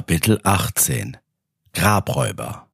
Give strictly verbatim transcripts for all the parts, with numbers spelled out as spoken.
Kapitel achtzehn Grabräuber.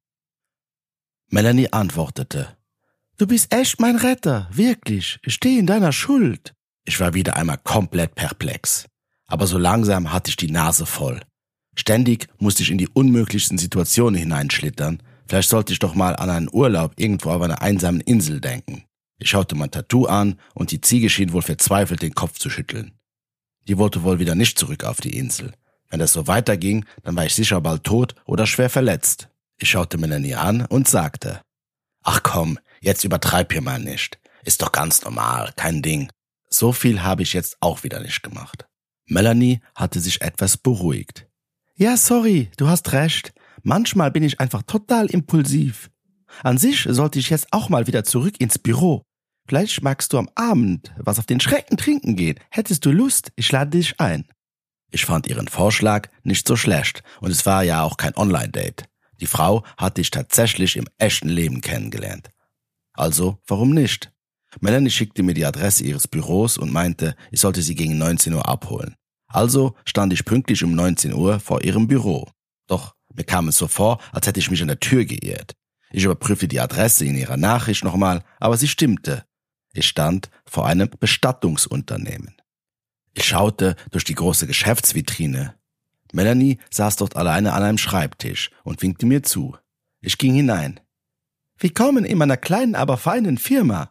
Melanie antwortete: »Du bist echt mein Retter, wirklich, ich stehe in deiner Schuld.« Ich war wieder einmal komplett perplex. Aber so langsam hatte ich die Nase voll. Ständig musste ich in die unmöglichsten Situationen hineinschlittern. Vielleicht sollte ich doch mal an einen Urlaub irgendwo auf einer einsamen Insel denken. Ich schaute mein Tattoo an und die Ziege schien wohl verzweifelt den Kopf zu schütteln. Die wollte wohl wieder nicht zurück auf die Insel. Wenn das so weiterging, dann war ich sicher bald tot oder schwer verletzt. Ich schaute Melanie an und sagte: »Ach komm, jetzt übertreib hier mal nicht. Ist doch ganz normal, kein Ding.« So viel habe ich jetzt auch wieder nicht gemacht. Melanie hatte sich etwas beruhigt. »Ja, sorry, du hast recht. Manchmal bin ich einfach total impulsiv. An sich sollte ich jetzt auch mal wieder zurück ins Büro. Vielleicht magst du am Abend was auf den Schrecken trinken gehen. Hättest du Lust? Ich lade dich ein.« Ich fand ihren Vorschlag nicht so schlecht und es war ja auch kein Online-Date. Die Frau hatte ich tatsächlich im echten Leben kennengelernt. Also, warum nicht? Melanie schickte mir die Adresse ihres Büros und meinte, ich sollte sie gegen neunzehn Uhr abholen. Also stand ich pünktlich um neunzehn Uhr vor ihrem Büro. Doch mir kam es so vor, als hätte ich mich an der Tür geirrt. Ich überprüfte die Adresse in ihrer Nachricht nochmal, aber sie stimmte. Ich stand vor einem Bestattungsunternehmen. Ich schaute durch die große Geschäftsvitrine. Melanie saß dort alleine an einem Schreibtisch und winkte mir zu. Ich ging hinein. »Willkommen in meiner kleinen, aber feinen Firma.«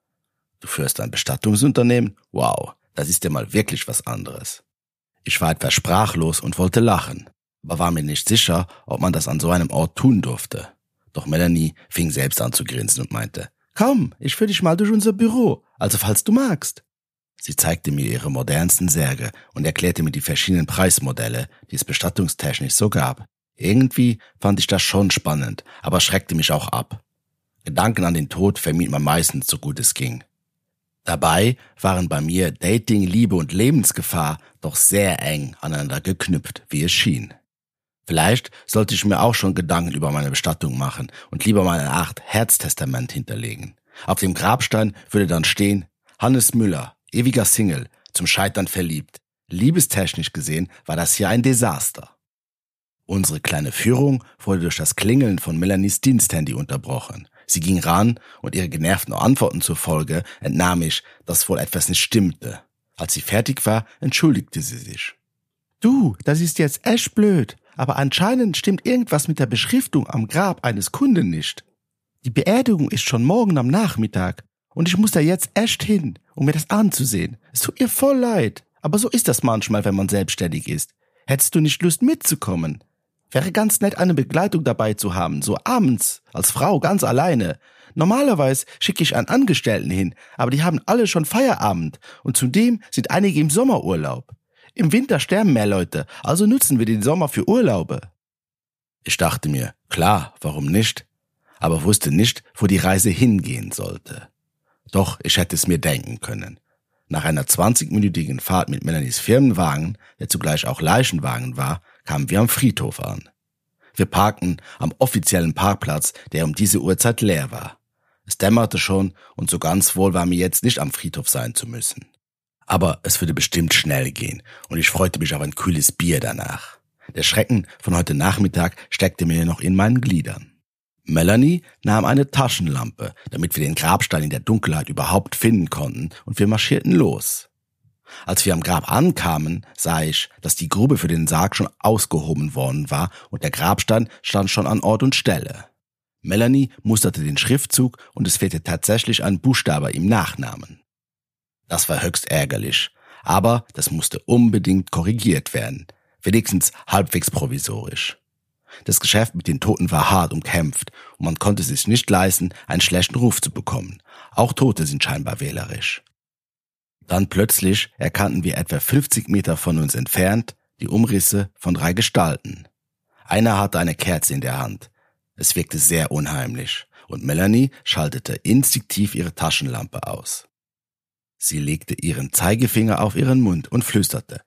»Du führst ein Bestattungsunternehmen? Wow, das ist ja mal wirklich was anderes.« Ich war etwas sprachlos und wollte lachen, aber war mir nicht sicher, ob man das an so einem Ort tun durfte. Doch Melanie fing selbst an zu grinsen und meinte: »Komm, ich führe dich mal durch unser Büro, also falls du magst.« Sie zeigte mir ihre modernsten Särge und erklärte mir die verschiedenen Preismodelle, die es bestattungstechnisch so gab. Irgendwie fand ich das schon spannend, aber schreckte mich auch ab. Gedanken an den Tod vermied man meistens so gut es ging. Dabei waren bei mir Dating, Liebe und Lebensgefahr doch sehr eng aneinander geknüpft, wie es schien. Vielleicht sollte ich mir auch schon Gedanken über meine Bestattung machen und lieber mal eine Art Herztestament hinterlegen. Auf dem Grabstein würde dann stehen: Hannes Müller, ewiger Single, zum Scheitern verliebt. Liebestechnisch gesehen war das hier ein Desaster. Unsere kleine Führung wurde durch das Klingeln von Melanies Diensthandy unterbrochen. Sie ging ran und ihre genervten Antworten zufolge entnahm ich, dass wohl etwas nicht stimmte. Als sie fertig war, entschuldigte sie sich. »Du, das ist jetzt echt blöd, aber anscheinend stimmt irgendwas mit der Beschriftung am Grab eines Kunden nicht. Die Beerdigung ist schon morgen am Nachmittag und ich muss da jetzt echt hin, um mir das anzusehen. Es tut mir voll leid, aber so ist das manchmal, wenn man selbstständig ist. Hättest du nicht Lust mitzukommen? Wäre ganz nett, eine Begleitung dabei zu haben, so abends, als Frau ganz alleine. Normalerweise schicke ich einen Angestellten hin, aber die haben alle schon Feierabend und zudem sind einige im Sommerurlaub. Im Winter sterben mehr Leute, also nutzen wir den Sommer für Urlaube.« Ich dachte mir, klar, warum nicht? Aber wusste nicht, wo die Reise hingehen sollte. Doch ich hätte es mir denken können. Nach einer zwanzigminütigen Fahrt mit Melanies Firmenwagen, der zugleich auch Leichenwagen war, kamen wir am Friedhof an. Wir parkten am offiziellen Parkplatz, der um diese Uhrzeit leer war. Es dämmerte schon und so ganz wohl war mir jetzt nicht am Friedhof sein zu müssen. Aber es würde bestimmt schnell gehen und ich freute mich auf ein kühles Bier danach. Der Schrecken von heute Nachmittag steckte mir noch in meinen Gliedern. Melanie nahm eine Taschenlampe, damit wir den Grabstein in der Dunkelheit überhaupt finden konnten, und wir marschierten los. Als wir am Grab ankamen, sah ich, dass die Grube für den Sarg schon ausgehoben worden war und der Grabstein stand schon an Ort und Stelle. Melanie musterte den Schriftzug und es fehlte tatsächlich ein Buchstabe im Nachnamen. Das war höchst ärgerlich, aber das musste unbedingt korrigiert werden, wenigstens halbwegs provisorisch. Das Geschäft mit den Toten war hart umkämpft und man konnte es sich nicht leisten, einen schlechten Ruf zu bekommen. Auch Tote sind scheinbar wählerisch. Dann plötzlich erkannten wir etwa fünfzig Meter von uns entfernt die Umrisse von drei Gestalten. Einer hatte eine Kerze in der Hand. Es wirkte sehr unheimlich und Melanie schaltete instinktiv ihre Taschenlampe aus. Sie legte ihren Zeigefinger auf ihren Mund und flüsterte: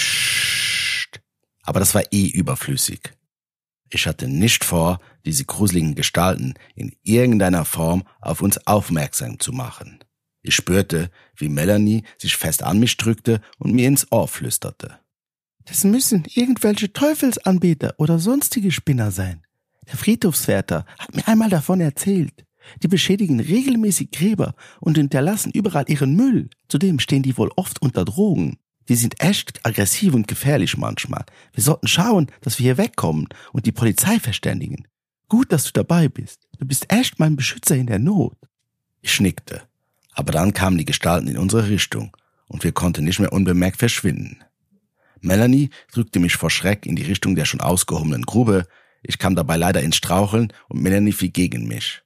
Psst. Aber das war eh überflüssig. Ich hatte nicht vor, diese gruseligen Gestalten in irgendeiner Form auf uns aufmerksam zu machen. Ich spürte, wie Melanie sich fest an mich drückte und mir ins Ohr flüsterte: Das müssen irgendwelche Teufelsanbeter oder sonstige Spinner sein. Der Friedhofswärter hat mir einmal davon erzählt. Die beschädigen regelmäßig Gräber und hinterlassen überall ihren Müll. Zudem stehen die wohl oft unter Drogen. Die sind echt aggressiv und gefährlich manchmal. Wir sollten schauen, dass wir hier wegkommen und die Polizei verständigen. Gut, dass du dabei bist. Du bist echt mein Beschützer in der Not. Ich nickte. Aber dann kamen die Gestalten in unsere Richtung und wir konnten nicht mehr unbemerkt verschwinden. Melanie drückte mich vor Schreck in die Richtung der schon ausgehobenen Grube. Ich kam dabei leider ins Straucheln und Melanie fiel gegen mich.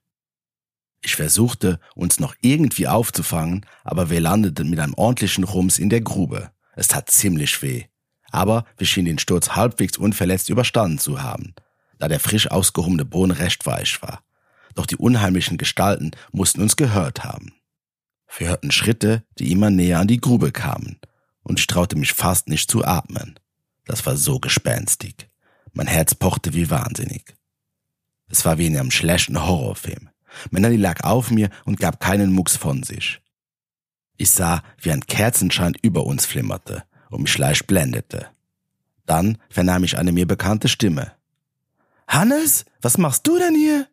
Ich versuchte, uns noch irgendwie aufzufangen, aber wir landeten mit einem ordentlichen Rums in der Grube. Es tat ziemlich weh. Aber wir schienen den Sturz halbwegs unverletzt überstanden zu haben, da der frisch ausgehobene Boden recht weich war. Doch die unheimlichen Gestalten mussten uns gehört haben. Wir hörten Schritte, die immer näher an die Grube kamen, und ich traute mich fast nicht zu atmen. Das war so gespenstig. Mein Herz pochte wie wahnsinnig. Es war wie in einem schlechten Horrorfilm. Melanie lag auf mir und gab keinen Mucks von sich. Ich sah, wie ein Kerzenschein über uns flimmerte und mich leicht blendete. Dann vernahm ich eine mir bekannte Stimme. »Hannes, was machst du denn hier?«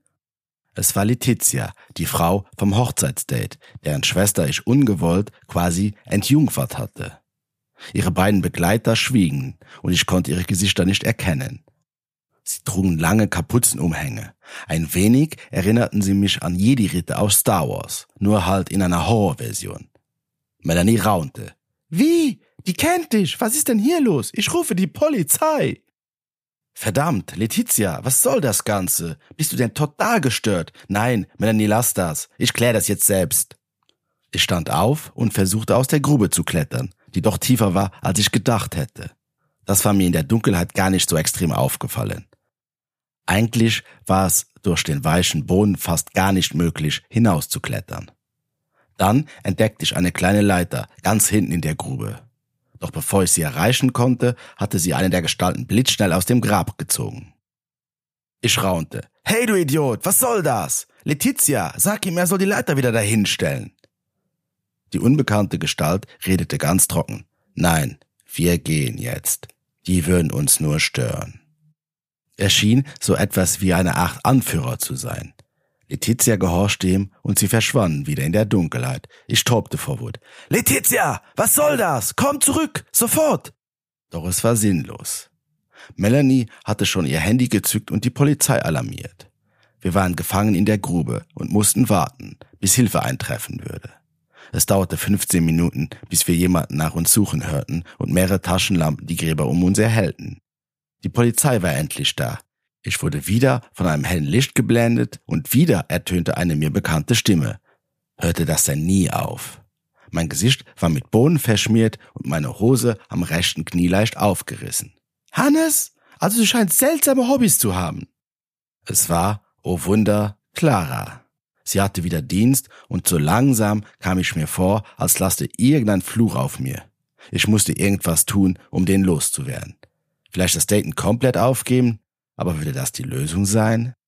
Es war Letizia, die Frau vom Hochzeitsdate, deren Schwester ich ungewollt quasi entjungfert hatte. Ihre beiden Begleiter schwiegen und ich konnte ihre Gesichter nicht erkennen. Sie trugen lange Kapuzenumhänge. Ein wenig erinnerten sie mich an Jedi-Ritter aus Star Wars, nur halt in einer Horrorversion. Melanie raunte. »Wie? Die kennt dich. Was ist denn hier los? Ich rufe die Polizei!« »Verdammt, Letizia, was soll das Ganze? Bist du denn total gestört?« »Nein, Melanie, lass das. Ich klär das jetzt selbst.« Ich stand auf und versuchte aus der Grube zu klettern, die doch tiefer war, als ich gedacht hätte. Das war mir in der Dunkelheit gar nicht so extrem aufgefallen. Eigentlich war es durch den weichen Boden fast gar nicht möglich, hinauszuklettern. Dann entdeckte ich eine kleine Leiter ganz hinten in der Grube. Doch bevor ich sie erreichen konnte, hatte sie eine der Gestalten blitzschnell aus dem Grab gezogen. Ich raunte. »Hey du Idiot, was soll das? Letizia, sag ihm, er soll die Leiter wieder dahinstellen.« Die unbekannte Gestalt redete ganz trocken. »Nein, wir gehen jetzt. Die würden uns nur stören.« Er schien so etwas wie eine Art Anführer zu sein. Letizia gehorchte ihm und sie verschwanden wieder in der Dunkelheit. Ich tobte vor Wut. »Letizia, was soll das? Komm zurück, sofort!« Doch es war sinnlos. Melanie hatte schon ihr Handy gezückt und die Polizei alarmiert. Wir waren gefangen in der Grube und mussten warten, bis Hilfe eintreffen würde. Es dauerte fünfzehn Minuten, bis wir jemanden nach uns suchen hörten und mehrere Taschenlampen die Gräber um uns erhellten. Die Polizei war endlich da. Ich wurde wieder von einem hellen Licht geblendet und wieder ertönte eine mir bekannte Stimme. Hörte das denn nie auf. Mein Gesicht war mit Bohnen verschmiert und meine Hose am rechten Knie leicht aufgerissen. »Hannes, also du scheinst seltsame Hobbys zu haben.« Es war, oh Wunder, Clara. Sie hatte wieder Dienst und so langsam kam ich mir vor, als laste irgendein Fluch auf mir. Ich musste irgendwas tun, um den loszuwerden. Vielleicht das Daten komplett aufgeben, aber würde das die Lösung sein?